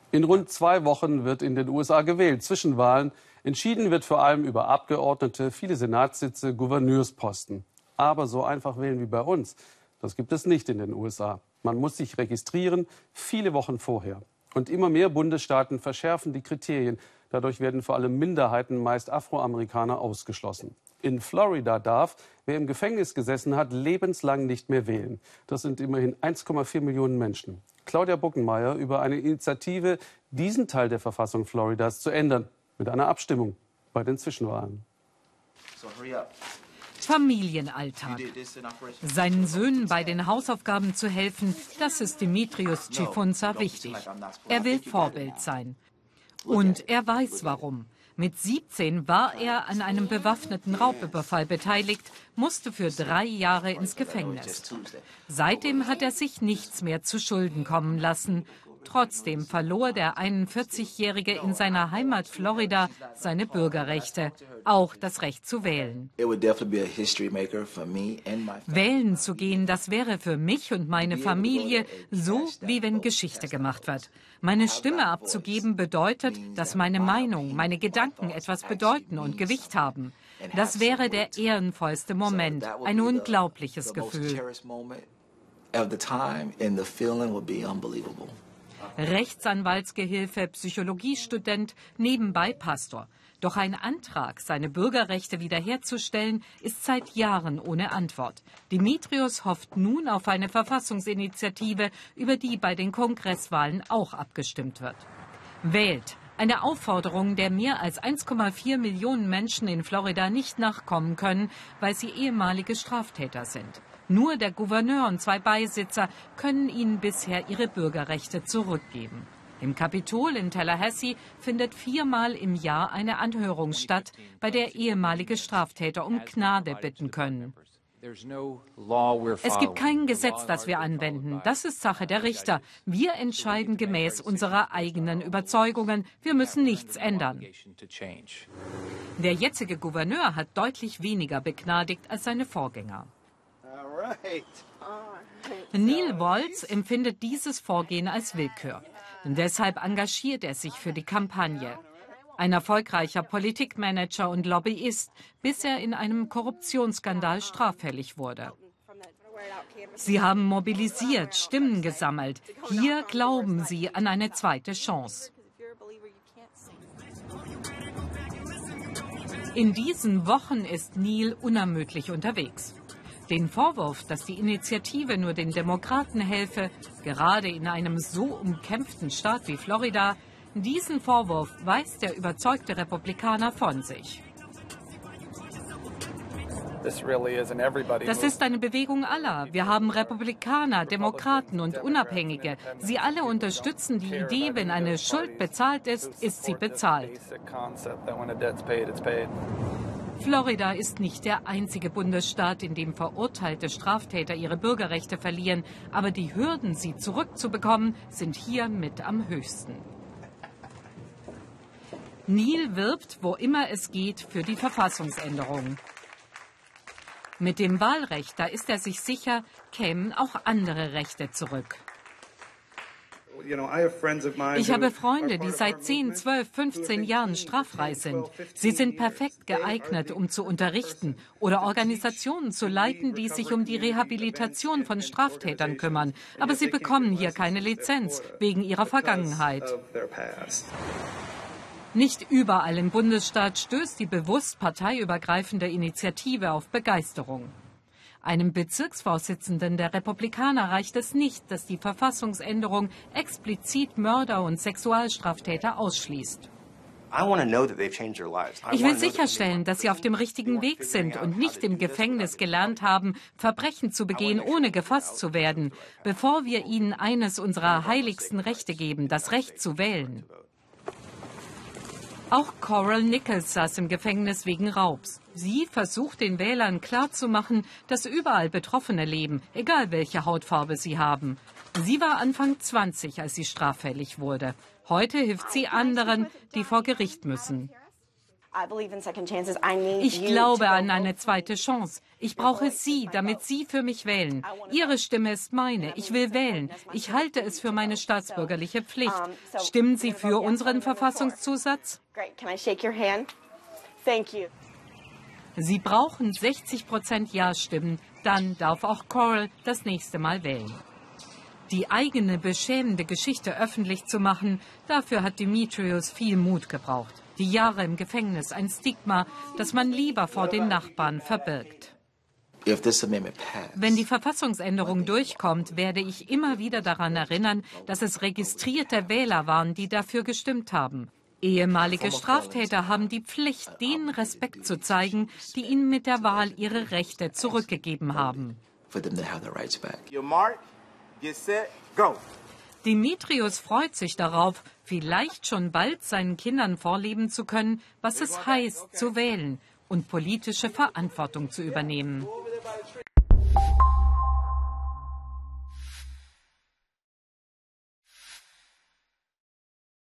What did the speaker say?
In rund 2 Wochen wird in den USA gewählt. Zwischenwahlen. Entschieden wird vor allem über Abgeordnete, viele Senatssitze, Gouverneursposten. Aber so einfach wählen wie bei uns, das gibt es nicht in den USA. Man muss sich registrieren, viele Wochen vorher. Und immer mehr Bundesstaaten verschärfen die Kriterien. Dadurch werden vor allem Minderheiten, meist Afroamerikaner, ausgeschlossen. In Florida darf, wer im Gefängnis gesessen hat, lebenslang nicht mehr wählen. Das sind immerhin 1,4 Millionen Menschen. Claudia Buckenmeier über eine Initiative, diesen Teil der Verfassung Floridas zu ändern, mit einer Abstimmung bei den Zwischenwahlen. Familienalltag. Seinen Söhnen bei den Hausaufgaben zu helfen, das ist Dimitrios Tsifountsa wichtig. Er will Vorbild sein. Und er weiß warum. Mit 17 war er an einem bewaffneten Raubüberfall beteiligt, musste für 3 Jahre ins Gefängnis. Seitdem hat er sich nichts mehr zu Schulden kommen lassen. Trotzdem verlor der 41-Jährige in seiner Heimat Florida seine Bürgerrechte, auch das Recht zu wählen. Wählen zu gehen, das wäre für mich und meine Familie so, wie wenn Geschichte gemacht wird. Meine Stimme abzugeben bedeutet, dass meine Meinung, meine Gedanken etwas bedeuten und Gewicht haben. Das wäre der ehrenvollste Moment, ein unglaubliches Gefühl. Rechtsanwaltsgehilfe, Psychologiestudent, nebenbei Pastor. Doch ein Antrag, seine Bürgerrechte wiederherzustellen, ist seit Jahren ohne Antwort. Dimitrios hofft nun auf eine Verfassungsinitiative, über die bei den Kongresswahlen auch abgestimmt wird. Wählt! Eine Aufforderung, der mehr als 1,4 Millionen Menschen in Florida nicht nachkommen können, weil sie ehemalige Straftäter sind. Nur der Gouverneur und 2 Beisitzer können ihnen bisher ihre Bürgerrechte zurückgeben. Im Kapitol in Tallahassee findet 4-mal im Jahr eine Anhörung statt, bei der ehemalige Straftäter um Gnade bitten können. Es gibt kein Gesetz, das wir anwenden. Das ist Sache der Richter. Wir entscheiden gemäß unserer eigenen Überzeugungen. Wir müssen nichts ändern. Der jetzige Gouverneur hat deutlich weniger begnadigt als seine Vorgänger. Neil Waltz empfindet dieses Vorgehen als Willkür. Und deshalb engagiert er sich für die Kampagne. Ein erfolgreicher Politikmanager und Lobbyist, bis er in einem Korruptionsskandal straffällig wurde. Sie haben mobilisiert, Stimmen gesammelt. Hier glauben sie an eine zweite Chance. In diesen Wochen ist Neil unermüdlich unterwegs. Den Vorwurf, dass die Initiative nur den Demokraten helfe, gerade in einem so umkämpften Staat wie Florida, diesen Vorwurf weist der überzeugte Republikaner von sich. Das ist eine Bewegung aller. Wir haben Republikaner, Demokraten und Unabhängige. Sie alle unterstützen die Idee, wenn eine Schuld bezahlt ist, ist sie bezahlt. Florida ist nicht der einzige Bundesstaat, in dem verurteilte Straftäter ihre Bürgerrechte verlieren. Aber die Hürden, sie zurückzubekommen, sind hier mit am höchsten. Neil wirbt, wo immer es geht, für die Verfassungsänderung. Mit dem Wahlrecht, da ist er sich sicher, kämen auch andere Rechte zurück. Ich habe Freunde, die seit 10, 12, 15 Jahren straffrei sind. Sie sind perfekt geeignet, um zu unterrichten oder Organisationen zu leiten, die sich um die Rehabilitation von Straftätern kümmern. Aber sie bekommen hier keine Lizenz wegen ihrer Vergangenheit. Nicht überall im Bundesstaat stößt die bewusst parteiübergreifende Initiative auf Begeisterung. Einem Bezirksvorsitzenden der Republikaner reicht es nicht, dass die Verfassungsänderung explizit Mörder und Sexualstraftäter ausschließt. Ich will sicherstellen, dass sie auf dem richtigen Weg sind und nicht im Gefängnis gelernt haben, Verbrechen zu begehen, ohne gefasst zu werden, bevor wir ihnen eines unserer heiligsten Rechte geben, das Recht zu wählen. Auch Coral Nichols saß im Gefängnis wegen Raubs. Sie versucht den Wählern klarzumachen, dass überall Betroffene leben, egal welche Hautfarbe sie haben. Sie war Anfang 20, als sie straffällig wurde. Heute hilft sie anderen, die vor Gericht müssen. Ich glaube an eine zweite Chance. Ich brauche Sie, damit Sie für mich wählen. Ihre Stimme ist meine. Ich will wählen. Ich halte es für meine staatsbürgerliche Pflicht. Stimmen Sie für unseren Verfassungszusatz? Sie brauchen 60% Ja-Stimmen. Dann darf auch Coral das nächste Mal wählen. Die eigene beschämende Geschichte öffentlich zu machen, dafür hat Dimitrios viel Mut gebraucht. Die Jahre im Gefängnis, ein Stigma, das man lieber vor den Nachbarn verbirgt. Wenn die Verfassungsänderung durchkommt, werde ich immer wieder daran erinnern, dass es registrierte Wähler waren, die dafür gestimmt haben. Ehemalige Straftäter haben die Pflicht, denen Respekt zu zeigen, die ihnen mit der Wahl ihre Rechte zurückgegeben haben. Dimitrios freut sich darauf, vielleicht schon bald seinen Kindern vorleben zu können, was es heißt, zu wählen und politische Verantwortung zu übernehmen.